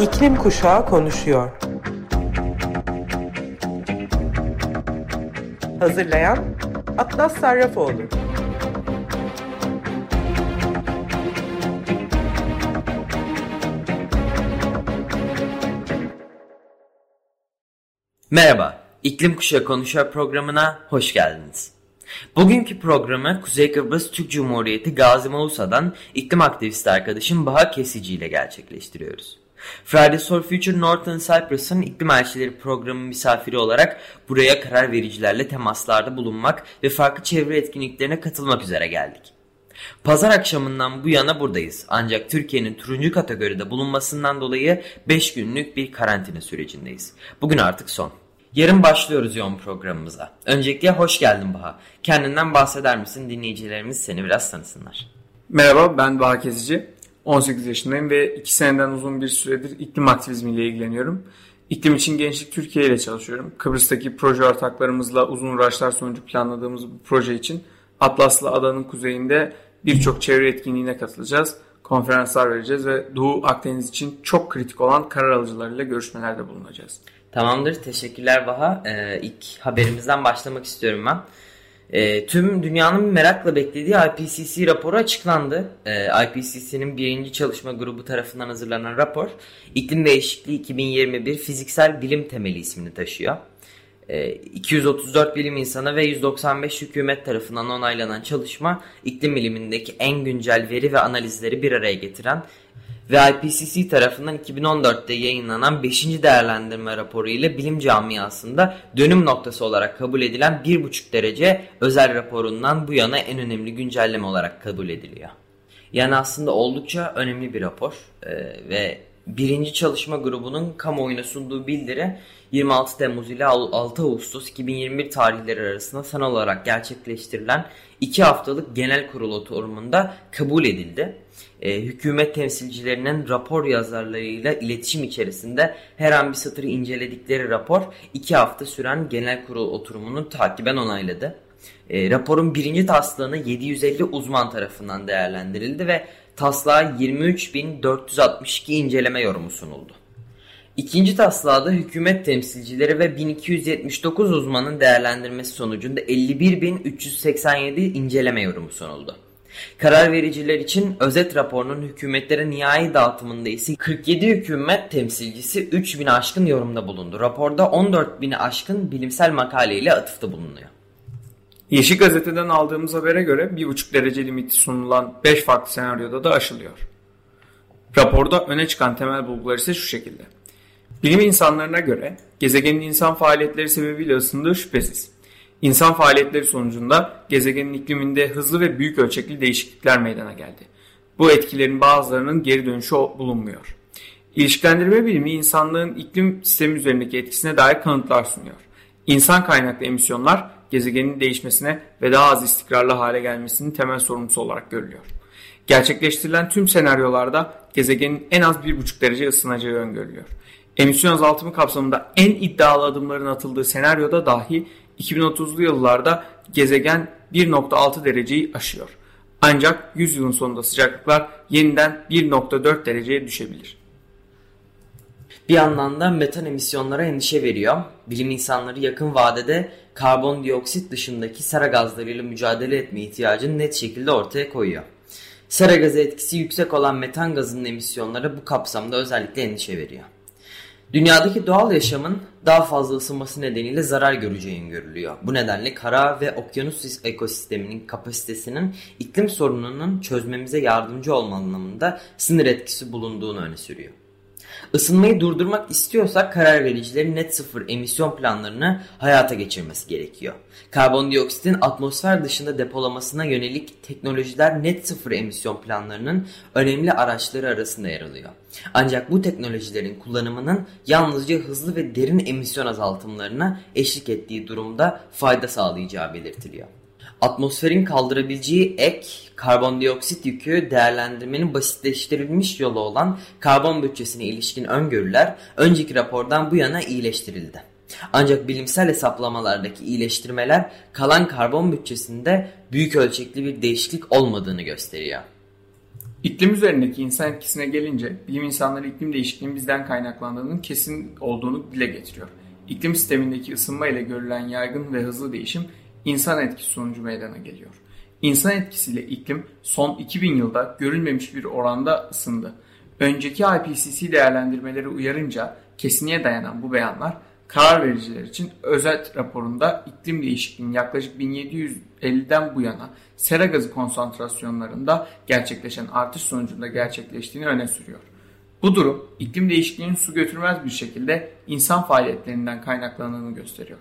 İklim Kuşağı konuşuyor. Hazırlayan Atlas Sarrafoğlu. Merhaba, İklim Kuşağı konuşuyor programına hoş geldiniz. Bugünkü programı Kuzey Kıbrıs Türk Cumhuriyeti Gazi Mausa'dan iklim aktivisti arkadaşım Baha Kesici ile gerçekleştiriyoruz. Fridays for Future Northern Cyprus'ın iklim elçileri programı misafiri olarak buraya karar vericilerle temaslarda bulunmak ve farklı çevre etkinliklerine katılmak üzere geldik. Pazar akşamından bu yana buradayız. Ancak Türkiye'nin turuncu kategoride bulunmasından dolayı 5 günlük bir karantina sürecindeyiz. Bugün artık son. Yarın başlıyoruz yoğun programımıza. Öncelikle hoş geldin Baha. Kendinden bahseder misin? Dinleyicilerimiz seni biraz tanısınlar. Merhaba, ben Baha Kesici. 18 yaşındayım ve 2 seneden uzun bir süredir iklim aktivizmiyle ilgileniyorum. İklim için Gençlik Türkiye ile çalışıyorum. Kıbrıs'taki proje ortaklarımızla uzun uğraşlar sonucu planladığımız bu proje için Atlaslı Adanın kuzeyinde birçok çevre etkinliğine katılacağız. Konferanslar vereceğiz ve Doğu Akdeniz için çok kritik olan karar alıcılarıyla görüşmelerde bulunacağız. Tamamdır, teşekkürler Baha. İlk haberimizden başlamak istiyorum ben. Tüm dünyanın merakla beklediği IPCC raporu açıklandı. IPCC'nin birinci çalışma grubu tarafından hazırlanan rapor, İklim Değişikliği 2021 Fiziksel Bilim Temeli ismini taşıyor. 234 bilim insanı ve 195 hükümet tarafından onaylanan çalışma, iklim bilimindeki en güncel veri ve analizleri bir araya getiren ve IPCC tarafından 2014'te yayınlanan 5. değerlendirme raporu ile bilim camiasında dönüm noktası olarak kabul edilen 1,5 derece özel raporundan bu yana en önemli güncelleme olarak kabul ediliyor. Yani aslında oldukça önemli bir rapor ve birinci çalışma grubunun kamuoyuna sunduğu bildiri 26 Temmuz ile 6 Ağustos 2021 tarihleri arasında sanal olarak gerçekleştirilen 2 haftalık genel kurul oturumunda kabul edildi. Hükümet temsilcilerinin rapor yazarlarıyla iletişim içerisinde her an bir satırı inceledikleri rapor 2 hafta süren genel kurul oturumunu takiben onayladı. Raporun birinci taslağını 750 uzman tarafından değerlendirildi ve taslağa 23.462 inceleme yorumu sunuldu. İkinci taslağa da hükümet temsilcileri ve 1279 uzmanın değerlendirmesi sonucunda 51.387 inceleme yorumu sunuldu. Karar vericiler için özet raporunun hükümetlere nihai dağıtımında ise 47 hükümet temsilcisi 3000'i aşkın yorumda bulundu. Raporda 14.000'i aşkın bilimsel makaleyle atıfta bulunuyor. Yeşil Gazete'den aldığımız habere göre 1,5 derece limiti sunulan 5 farklı senaryoda da aşılıyor. Raporda öne çıkan temel bulgular ise şu şekilde. Bilim insanlarına göre gezegenin insan faaliyetleri sebebiyle ısındığı şüphesiz. İnsan faaliyetleri sonucunda gezegenin ikliminde hızlı ve büyük ölçekli değişiklikler meydana geldi. Bu etkilerin bazılarının geri dönüşü bulunmuyor. İlişkilendirme bilimi insanlığın iklim sistemi üzerindeki etkisine dair kanıtlar sunuyor. İnsan kaynaklı emisyonlar gezegenin değişmesine ve daha az istikrarlı hale gelmesinin temel sorumlusu olarak görülüyor. Gerçekleştirilen tüm senaryolarda gezegenin en az 1,5 derece ısınacağı öngörülüyor. Emisyon azaltımı kapsamında en iddialı adımların atıldığı senaryoda dahi 2030'lu yıllarda gezegen 1,6 dereceyi aşıyor. Ancak 100 yılın sonunda sıcaklıklar yeniden 1,4 dereceye düşebilir. Bir yandan da metan emisyonlara endişe veriyor. Bilim insanları yakın vadede karbondioksit dışındaki sera gazlarıyla mücadele etme ihtiyacını net şekilde ortaya koyuyor. Sera gazı etkisi yüksek olan metan gazının emisyonları bu kapsamda özellikle endişe veriyor. Dünyadaki doğal yaşamın daha fazla ısınması nedeniyle zarar göreceği görülüyor. Bu nedenle kara ve okyanus ekosisteminin kapasitesinin iklim sorununun çözmemize yardımcı olma anlamında sınır etkisi bulunduğunu öne sürüyor. Isınmayı durdurmak istiyorsak karar vericilerin net sıfır emisyon planlarını hayata geçirmesi gerekiyor. Karbondioksitin atmosfer dışında depolamasına yönelik teknolojiler net sıfır emisyon planlarının önemli araçları arasında yer alıyor. Ancak bu teknolojilerin kullanımının yalnızca hızlı ve derin emisyon azaltımlarına eşlik ettiği durumda fayda sağlayacağı belirtiliyor. Atmosferin kaldırabileceği ek karbondioksit yükü değerlendirmenin basitleştirilmiş yolu olan karbon bütçesine ilişkin öngörüler önceki rapordan bu yana iyileştirildi. Ancak bilimsel hesaplamalardaki iyileştirmeler kalan karbon bütçesinde büyük ölçekli bir değişiklik olmadığını gösteriyor. İklim üzerindeki insan etkisine gelince bilim insanları iklim değişikliğinin bizden kaynaklandığının kesin olduğunu dile getiriyor. İklim sistemindeki ısınma ile görülen yaygın ve hızlı değişim insan etkisi sonucu meydana geliyor. İnsan etkisiyle iklim son 2000 yılda görülmemiş bir oranda ısındı. Önceki IPCC değerlendirmeleri uyarınca kesinliğe dayanan bu beyanlar karar vericiler için özet raporunda iklim değişikliğinin yaklaşık 1750'den bu yana sera gazı konsantrasyonlarında gerçekleşen artış sonucunda gerçekleştiğini öne sürüyor. Bu durum iklim değişikliğinin su götürmez bir şekilde insan faaliyetlerinden kaynaklandığını gösteriyor.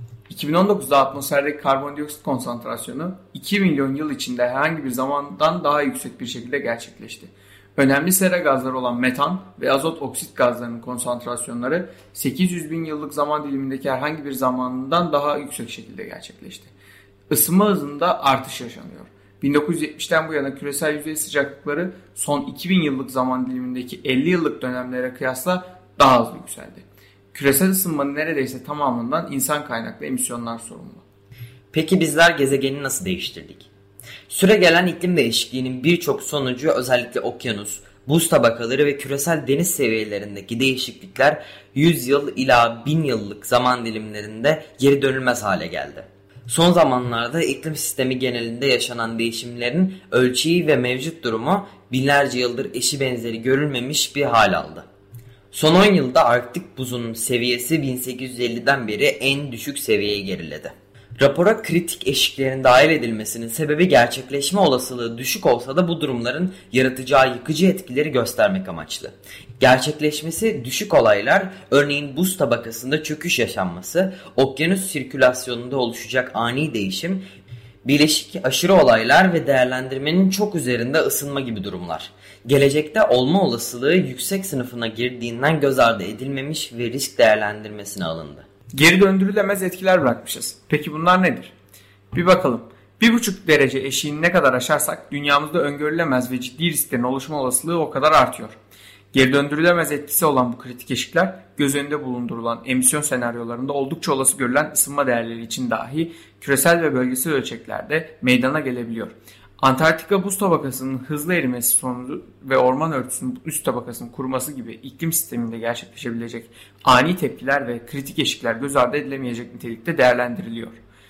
2019'da atmosferdeki karbondioksit konsantrasyonu 2 milyon yıl içinde herhangi bir zamandan daha yüksek bir şekilde gerçekleşti. Önemli sera gazları olan metan ve azot oksit gazlarının konsantrasyonları 800 bin yıllık zaman dilimindeki herhangi bir zamanından daha yüksek şekilde gerçekleşti. Isınma hızında artış yaşanıyor. 1970'ten bu yana küresel yüzey sıcaklıkları son 2000 yıllık zaman dilimindeki 50 yıllık dönemlere kıyasla daha hızlı yükseldi. Küresel ısınmanın neredeyse tamamından insan kaynaklı emisyonlar sorumlu. Peki bizler gezegeni nasıl değiştirdik? Süregelen iklim değişikliğinin birçok sonucu özellikle okyanus, buz tabakaları ve küresel deniz seviyelerindeki değişiklikler 100 yıl ila 1000 yıllık zaman dilimlerinde geri dönülmez hale geldi. Son zamanlarda iklim sistemi genelinde yaşanan değişimlerin ölçeği ve mevcut durumu binlerce yıldır eşi benzeri görülmemiş bir hal aldı. Son 10 yılda Arktik buzunun seviyesi 1850'den beri en düşük seviyeye geriledi. Rapora kritik eşiklerin dahil edilmesinin sebebi gerçekleşme olasılığı düşük olsa da bu durumların yaratacağı yıkıcı etkileri göstermek amaçlı. Gerçekleşmesi düşük olaylar, örneğin buz tabakasında çöküş yaşanması, okyanus sirkülasyonunda oluşacak ani değişim, bileşik aşırı olaylar ve değerlendirmenin çok üzerinde ısınma gibi durumlar. Gelecekte olma olasılığı yüksek sınıfına girdiğinden göz ardı edilmemiş ve risk değerlendirmesine alındı. Geri döndürülemez etkiler bırakmışız. Peki bunlar nedir? Bir bakalım. 1,5 derece eşiğini ne kadar aşarsak dünyamızda öngörülemez ve ciddi risklerin oluşma olasılığı o kadar artıyor. Geri döndürülemez etkisi olan bu kritik eşikler göz önünde bulundurulan emisyon senaryolarında oldukça olası görülen ısınma değerleri için dahi küresel ve bölgesel ölçeklerde meydana gelebiliyor. Antarktika buz tabakasının hızlı erimesi sonucu ve orman örtüsünün üst tabakasının kuruması gibi iklim sisteminde gerçekleşebilecek ani tepkiler ve kritik eşikler göz ardı edilemeyecek nitelikte değerlendiriliyor.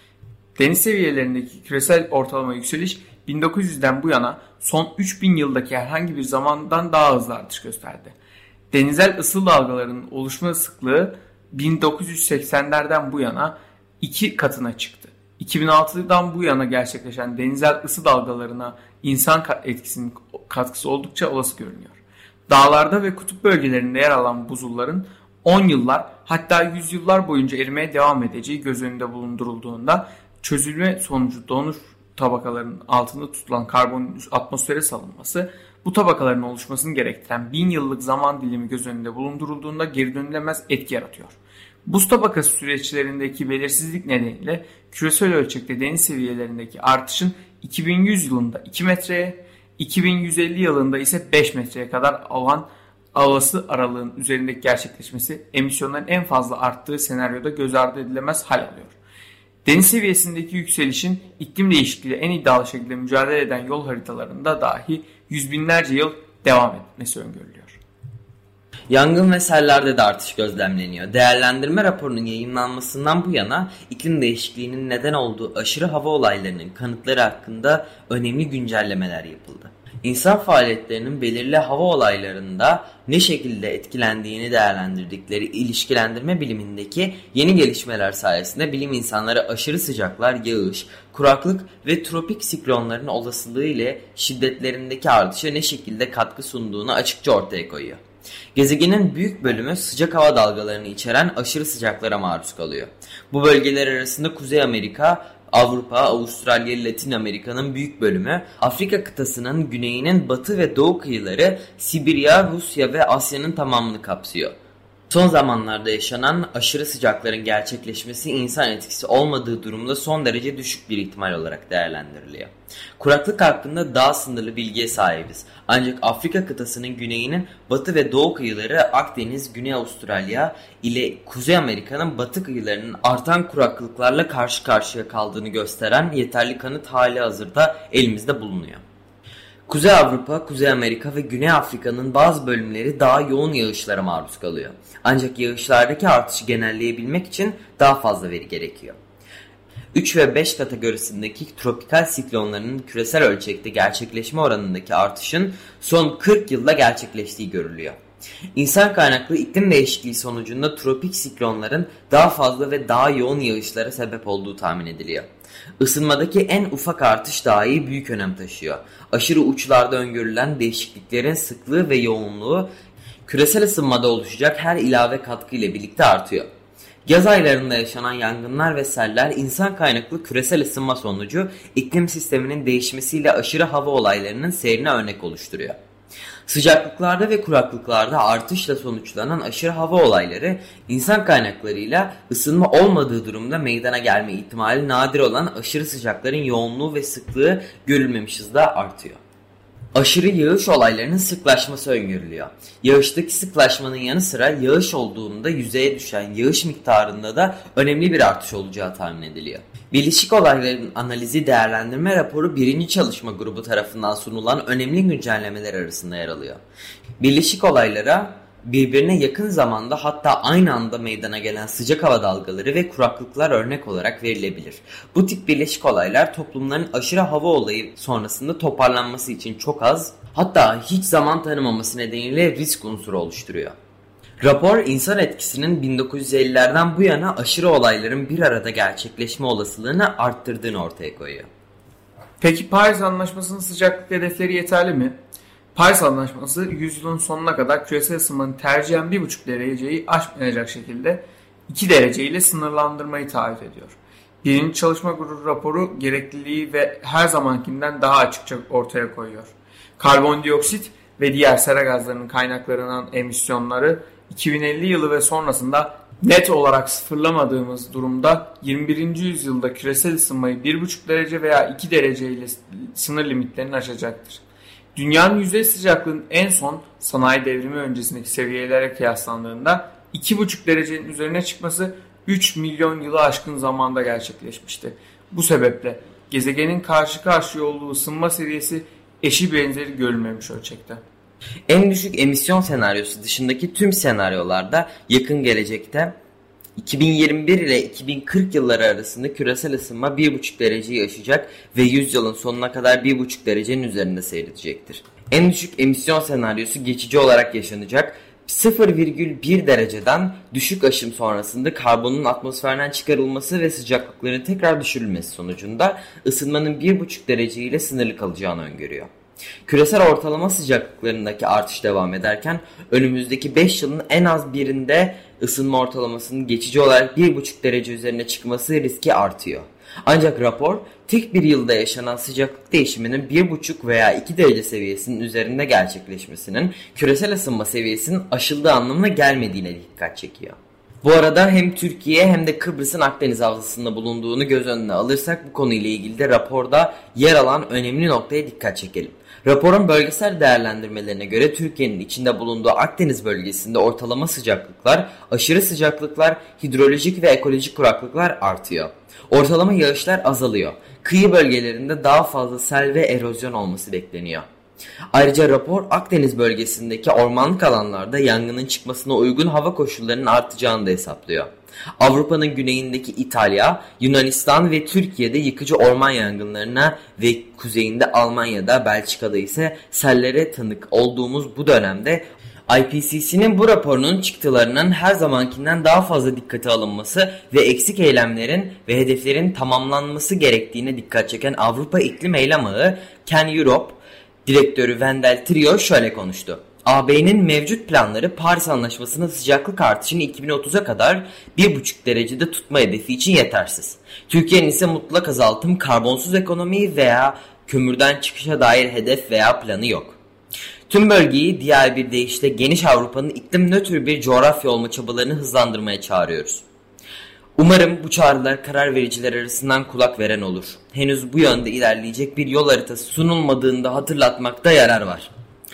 Deniz seviyelerindeki küresel ortalama yükseliş 1900'den bu yana son 3000 yıldaki herhangi bir zamandan daha hızlı artış gösterdi. Denizel ısı dalgalarının oluşma sıklığı 1980'lerden bu yana 2 katına çıktı. 2006'dan bu yana gerçekleşen denizel ısı dalgalarına insan etkisinin katkısı oldukça olası görünüyor. Dağlarda ve kutup bölgelerinde yer alan buzulların 10 yıllar hatta 100 yıllar boyunca erimeye devam edeceği göz önünde bulundurulduğunda çözülme sonucu donur tabakalarının altında tutulan karbonun atmosfere salınması bu tabakaların oluşmasını gerektiren 1000 yıllık zaman dilimi göz önünde bulundurulduğunda geri dönülemez etki yaratıyor. Buz tabakası süreçlerindeki belirsizlik nedeniyle küresel ölçekte deniz seviyelerindeki artışın 2100 yılında 2 metreye, 2150 yılında ise 5 metreye kadar olan olası aralığın üzerindeki gerçekleşmesi emisyonların en fazla arttığı senaryoda göz ardı edilemez hal alıyor. Deniz seviyesindeki yükselişin iklim değişikliğiyle en iddialı şekilde mücadele eden yol haritalarında dahi yüz binlerce yıl devam etmesi öngörülüyor. Yangın ve sellerde de artış gözlemleniyor. Değerlendirme raporunun yayımlanmasından bu yana iklim değişikliğinin neden olduğu aşırı hava olaylarının kanıtları hakkında önemli güncellemeler yapıldı. İnsan faaliyetlerinin belirli hava olaylarında ne şekilde etkilendiğini değerlendirdikleri ilişkilendirme bilimindeki yeni gelişmeler sayesinde bilim insanları aşırı sıcaklar, yağış, kuraklık ve tropik siklonların olasılığı ile şiddetlerindeki artışa ne şekilde katkı sunduğunu açıkça ortaya koyuyor. Gezegenin büyük bölümü sıcak hava dalgalarını içeren aşırı sıcaklara maruz kalıyor. Bu bölgeler arasında Kuzey Amerika, Avrupa, Avustralya, Latin Amerika'nın büyük bölümü, Afrika kıtasının güneyinin batı ve doğu kıyıları, Sibirya, Rusya ve Asya'nın tamamını kapsıyor. Son zamanlarda yaşanan aşırı sıcakların gerçekleşmesi insan etkisi olmadığı durumda son derece düşük bir ihtimal olarak değerlendiriliyor. Kuraklık hakkında daha sınırlı bilgiye sahibiz. Ancak Afrika kıtasının güneyinin batı ve doğu kıyıları, Akdeniz, Güney Avustralya ile Kuzey Amerika'nın batı kıyılarının artan kuraklıklarla karşı karşıya kaldığını gösteren yeterli kanıt hali hazırda elimizde bulunuyor. Kuzey Avrupa, Kuzey Amerika ve Güney Afrika'nın bazı bölümleri daha yoğun yağışlara maruz kalıyor. Ancak yağışlardaki artışı genelleyebilmek için daha fazla veri gerekiyor. 3 ve 5 kategorisindeki tropikal siklonların küresel ölçekte gerçekleşme oranındaki artışın son 40 yılda gerçekleştiği görülüyor. İnsan kaynaklı iklim değişikliği sonucunda tropik siklonların daha fazla ve daha yoğun yağışlara sebep olduğu tahmin ediliyor. Isınmadaki en ufak artış dahi büyük önem taşıyor. Aşırı uçlarda öngörülen değişikliklerin sıklığı ve yoğunluğu küresel ısınmada oluşacak her ilave katkı ile birlikte artıyor. Yaz aylarında yaşanan yangınlar ve seller insan kaynaklı küresel ısınma sonucu iklim sisteminin değişmesiyle aşırı hava olaylarının seyrine örnek oluşturuyor. Sıcaklıklarda ve kuraklıklarda artışla sonuçlanan aşırı hava olayları insan kaynaklarıyla ısınma olmadığı durumda meydana gelme ihtimali nadir olan aşırı sıcakların yoğunluğu ve sıklığı görülmemiş hızda artıyor. Aşırı yağış olaylarının sıklaşması öngörülüyor. Yağıştaki sıklaşmanın yanı sıra yağış olduğunda yüzeye düşen yağış miktarında da önemli bir artış olacağı tahmin ediliyor. Birleşik Olayların Analizi Değerlendirme Raporu 1. Çalışma Grubu tarafından sunulan önemli güncellemeler arasında yer alıyor. Birleşik olaylara birbirine yakın zamanda hatta aynı anda meydana gelen sıcak hava dalgaları ve kuraklıklar örnek olarak verilebilir. Bu tip birleşik olaylar toplumların aşırı hava olayı sonrasında toparlanması için çok az, hatta hiç zaman tanımaması nedeniyle risk unsuru oluşturuyor. Rapor, insan etkisinin 1950'lerden bu yana aşırı olayların bir arada gerçekleşme olasılığını arttırdığını ortaya koyuyor. Peki Paris Anlaşması'nın sıcaklık hedefleri yeterli mi? Paris Anlaşması yüzyılın sonuna kadar küresel ısınmanın tercihen 1,5 dereceyi aşmayacak şekilde 2 derece ile sınırlandırmayı taahhüt ediyor. Birinci Çalışma Grubu raporu gerekliliği ve her zamankinden daha açıkça ortaya koyuyor. Karbondioksit ve diğer sera gazlarının kaynaklarından emisyonları 2050 yılı ve sonrasında net olarak sıfırlamadığımız durumda 21. yüzyılda küresel ısınmayı 1,5 derece veya 2 derece ile sınır limitlerini aşacaktır. Dünyanın yüzey sıcaklığının en son sanayi devrimi öncesindeki seviyelere kıyaslandığında 2,5 derecenin üzerine çıkması 3 milyon yılı aşkın zamanda gerçekleşmişti. Bu sebeple gezegenin karşı karşıya olduğu ısınma seviyesi eşi benzeri görülmemiş ölçekte. En düşük emisyon senaryosu dışındaki tüm senaryolarda yakın gelecekte 2021 ile 2040 yılları arasında küresel ısınma 1,5 dereceyi aşacak ve 100 yılın sonuna kadar 1,5 derecenin üzerinde seyredecektir. En düşük emisyon senaryosu geçici olarak yaşanacak. 0,1 dereceden düşük aşım sonrasında karbonun atmosferden çıkarılması ve sıcaklıkların tekrar düşürülmesi sonucunda ısınmanın 1,5 derece ile sınırlı kalacağını öngörüyor. Küresel ortalama sıcaklıklarındaki artış devam ederken önümüzdeki 5 yılın en az birinde ısınma ortalamasının geçici olarak 1,5 derece üzerine çıkması riski artıyor. Ancak rapor tek bir yılda yaşanan sıcaklık değişiminin 1,5 veya 2 derece seviyesinin üzerinde gerçekleşmesinin küresel ısınma seviyesinin aşıldığı anlamına gelmediğine dikkat çekiyor. Bu arada hem Türkiye hem de Kıbrıs'ın Akdeniz Havzası'nda bulunduğunu göz önüne alırsak bu konuyla ilgili de raporda yer alan önemli noktaya dikkat çekelim. Raporun bölgesel değerlendirmelerine göre Türkiye'nin içinde bulunduğu Akdeniz bölgesinde ortalama sıcaklıklar, aşırı sıcaklıklar, hidrolojik ve ekolojik kuraklıklar artıyor. Ortalama yağışlar azalıyor. Kıyı bölgelerinde daha fazla sel ve erozyon olması bekleniyor. Ayrıca rapor Akdeniz bölgesindeki ormanlık alanlarda yangının çıkmasına uygun hava koşullarının artacağını da hesaplıyor. Avrupa'nın güneyindeki İtalya, Yunanistan ve Türkiye'de yıkıcı orman yangınlarına ve kuzeyinde Almanya'da, Belçika'da ise sellere tanık olduğumuz bu dönemde IPCC'nin bu raporunun çıktılarının her zamankinden daha fazla dikkate alınması ve eksik eylemlerin ve hedeflerin tamamlanması gerektiğine dikkat çeken Avrupa İklim Eylem Ağı Can Europe direktörü Wendel Trio şöyle konuştu. AB'nin mevcut planları Paris Anlaşması'nın sıcaklık artışını 2030'a kadar 1,5 derecede tutma hedefi için yetersiz. Türkiye'nin ise mutlak azaltım, karbonsuz ekonomi veya kömürden çıkışa dair hedef veya planı yok. Tüm bölgeyi diğer bir deyişle geniş Avrupa'nın iklim nötr bir coğrafya olma çabalarını hızlandırmaya çağırıyoruz. Umarım bu çağrılar karar vericiler arasından kulak veren olur. Henüz bu yönde ilerleyecek bir yol haritası sunulmadığında hatırlatmakta yarar var.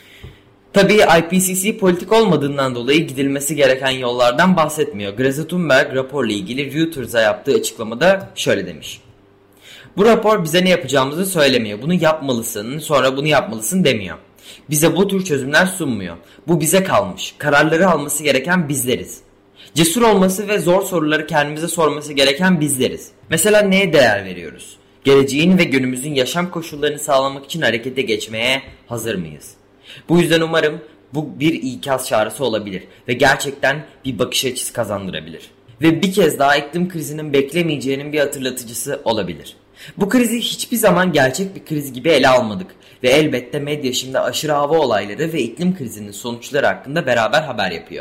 Tabii IPCC politik olmadığından dolayı gidilmesi gereken yollardan bahsetmiyor. Greta Thunberg raporla ilgili Reuters'a yaptığı açıklamada şöyle demiş. Bu rapor bize ne yapacağımızı söylemiyor. Bunu yapmalısın, sonra bunu yapmalısın demiyor. Bize bu tür çözümler sunmuyor. Bu bize kalmış. Kararları alması gereken bizleriz. Cesur olması ve zor soruları kendimize sorması gereken bizleriz. Mesela neye değer veriyoruz? Geleceğin ve günümüzün yaşam koşullarını sağlamak için harekete geçmeye hazır mıyız? Bu yüzden umarım bu bir ikaz çağrısı olabilir ve gerçekten bir bakış açısı kazandırabilir. Ve bir kez daha iklim krizinin beklemeyeceğinin bir hatırlatıcısı olabilir. Bu krizi hiçbir zaman gerçek bir kriz gibi ele almadık ve elbette medya şimdi aşırı hava olayları ve iklim krizinin sonuçları hakkında beraber haber yapıyor.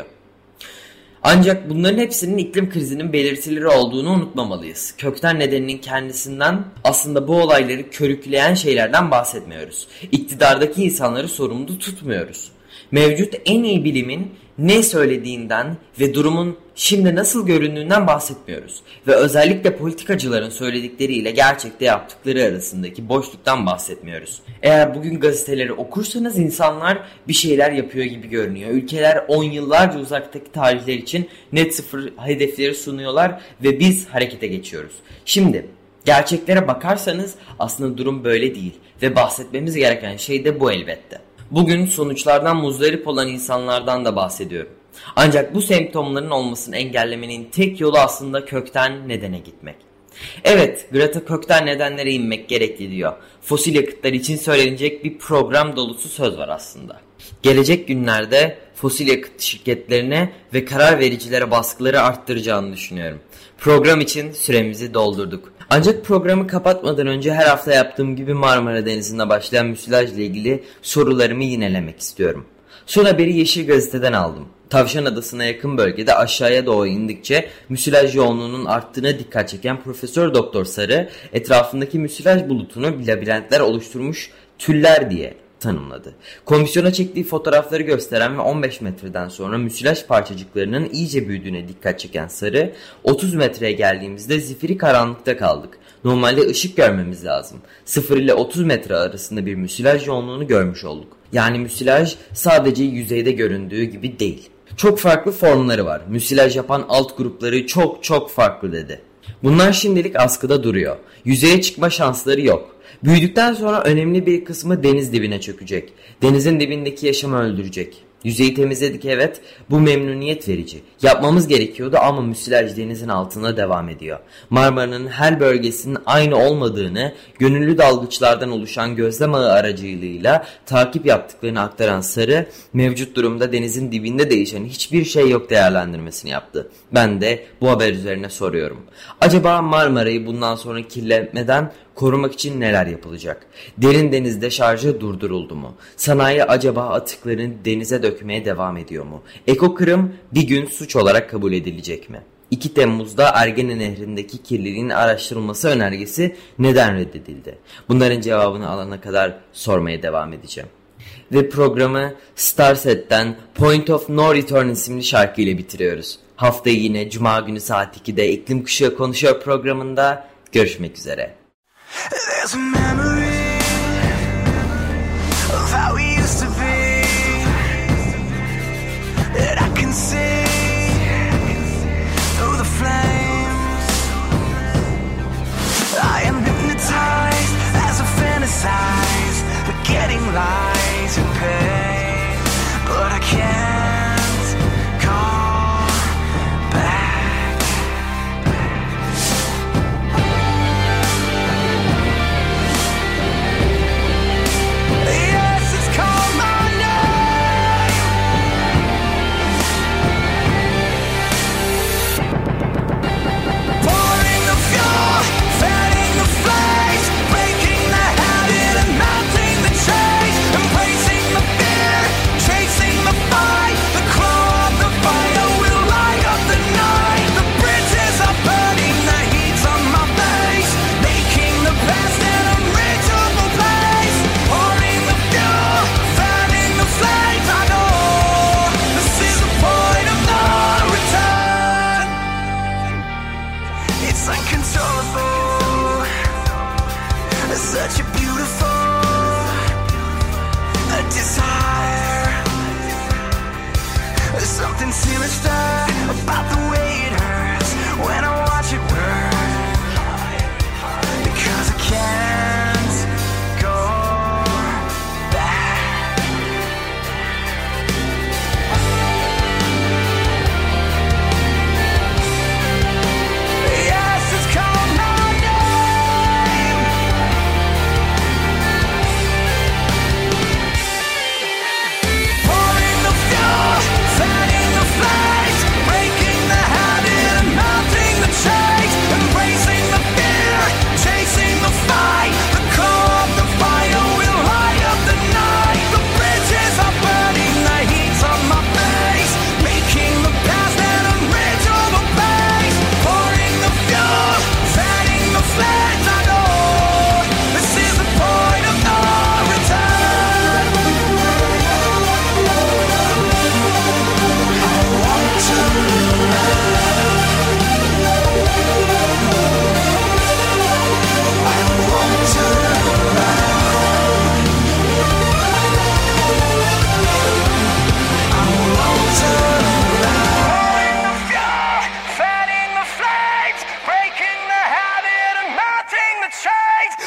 Ancak bunların hepsinin iklim krizinin belirtileri olduğunu unutmamalıyız. Kökten nedeninin kendisinden, aslında bu olayları körükleyen şeylerden bahsetmiyoruz. İktidardaki insanları sorumlu tutmuyoruz. Mevcut en iyi bilimin ne söylediğinden ve durumun şimdi nasıl göründüğünden bahsetmiyoruz. Ve özellikle politikacıların söyledikleriyle gerçekte yaptıkları arasındaki boşluktan bahsetmiyoruz. Eğer bugün gazeteleri okursanız insanlar bir şeyler yapıyor gibi görünüyor. Ülkeler 10 yıllarca uzaktaki tarihler için net sıfır hedefleri sunuyorlar ve biz harekete geçiyoruz. Şimdi gerçeklere bakarsanız aslında durum böyle değil ve bahsetmemiz gereken şey de bu elbette. Bugün sonuçlardan muzdarip olan insanlardan da bahsediyorum. Ancak bu semptomların olmasını engellemenin tek yolu aslında kökten nedene gitmek. Evet, Greta kökten nedenlere inmek gerekli diyor. Fosil yakıtlar için söylenecek bir program dolusu söz var aslında. Gelecek günlerde fosil yakıt şirketlerine ve karar vericilere baskıları arttıracağını düşünüyorum. Program için süremizi doldurduk. Ancak programı kapatmadan önce her hafta yaptığım gibi Marmara Denizi'nde başlayan müsilajla ilgili sorularımı yinelemek istiyorum. Son haberi Yeşil Gazete'den aldım. Tavşan Adası'na yakın bölgede aşağıya doğru indikçe müsilaj yoğunluğunun arttığına dikkat çeken Profesör Doktor Sarı, etrafındaki müsilaj bulutunu labirentler oluşturmuş tüller diye tanımladı. Komisyona çektiği fotoğrafları gösteren ve 15 metreden sonra müsilaj parçacıklarının iyice büyüdüğüne dikkat çeken Sarı, 30 metreye geldiğimizde zifiri karanlıkta kaldık. Normalde ışık görmemiz lazım. 0 ile 30 metre arasında bir müsilaj yoğunluğunu görmüş olduk. Yani müsilaj sadece yüzeyde göründüğü gibi değil. Çok farklı formları var. Müsilaj yapan alt grupları çok farklı dedi. Bunlar şimdilik askıda duruyor. Yüzeye çıkma şansları yok. Büyüdükten sonra önemli bir kısmı deniz dibine çökecek. Denizin dibindeki yaşamı öldürecek. Yüzeyi temizledik, evet, bu memnuniyet verici. Yapmamız gerekiyordu ama müsilaj denizin altında devam ediyor. Marmara'nın her bölgesinin aynı olmadığını, gönüllü dalgıçlardan oluşan gözlem ağı aracılığıyla takip yaptıklarını aktaran Sarı, mevcut durumda denizin dibinde değişen hiçbir şey yok değerlendirmesini yaptı. Ben de bu haber üzerine soruyorum. Acaba Marmara'yı bundan sonra kirletmeden korumak için neler yapılacak? Derin denizde şarjı durduruldu mu? Sanayi acaba atıklarını denize dökmeye devam ediyor mu? Ekokırım bir gün suç olarak kabul edilecek mi? 2 Temmuz'da Ergene Nehri'ndeki kirliliğin araştırılması önergesi neden reddedildi? Bunların cevabını alana kadar sormaya devam edeceğim. Ve programı Starset'ten Point of No Return isimli şarkıyla bitiriyoruz. Haftayı yine Cuma günü saat 2'de İklim Kuşağı Konuşuyor programında görüşmek üzere. There's a memory of how we used to be that I can see through the flames. I am hypnotized as I fantasize, forgetting lies and pain, but I can't go back.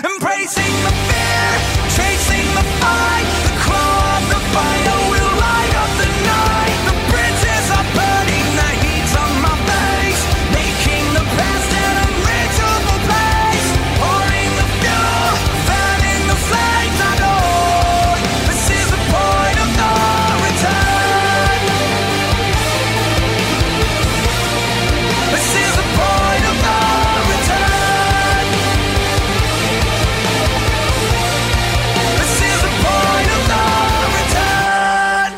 embracing the fear, chasing the fight. The claw of the fire will light up the night. The bridges are burning, the heat's on my face, making the past an unreachable place. Pouring the fuel, fanning the flames. I know this is the point of no return. This is the point of no return. This is the point of no return.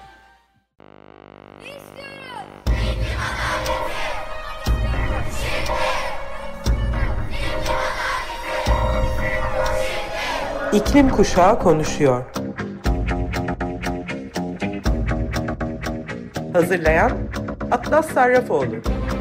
İklim Kuşağı konuşuyor. Hazırlayan Atlas Sarrafoğlu.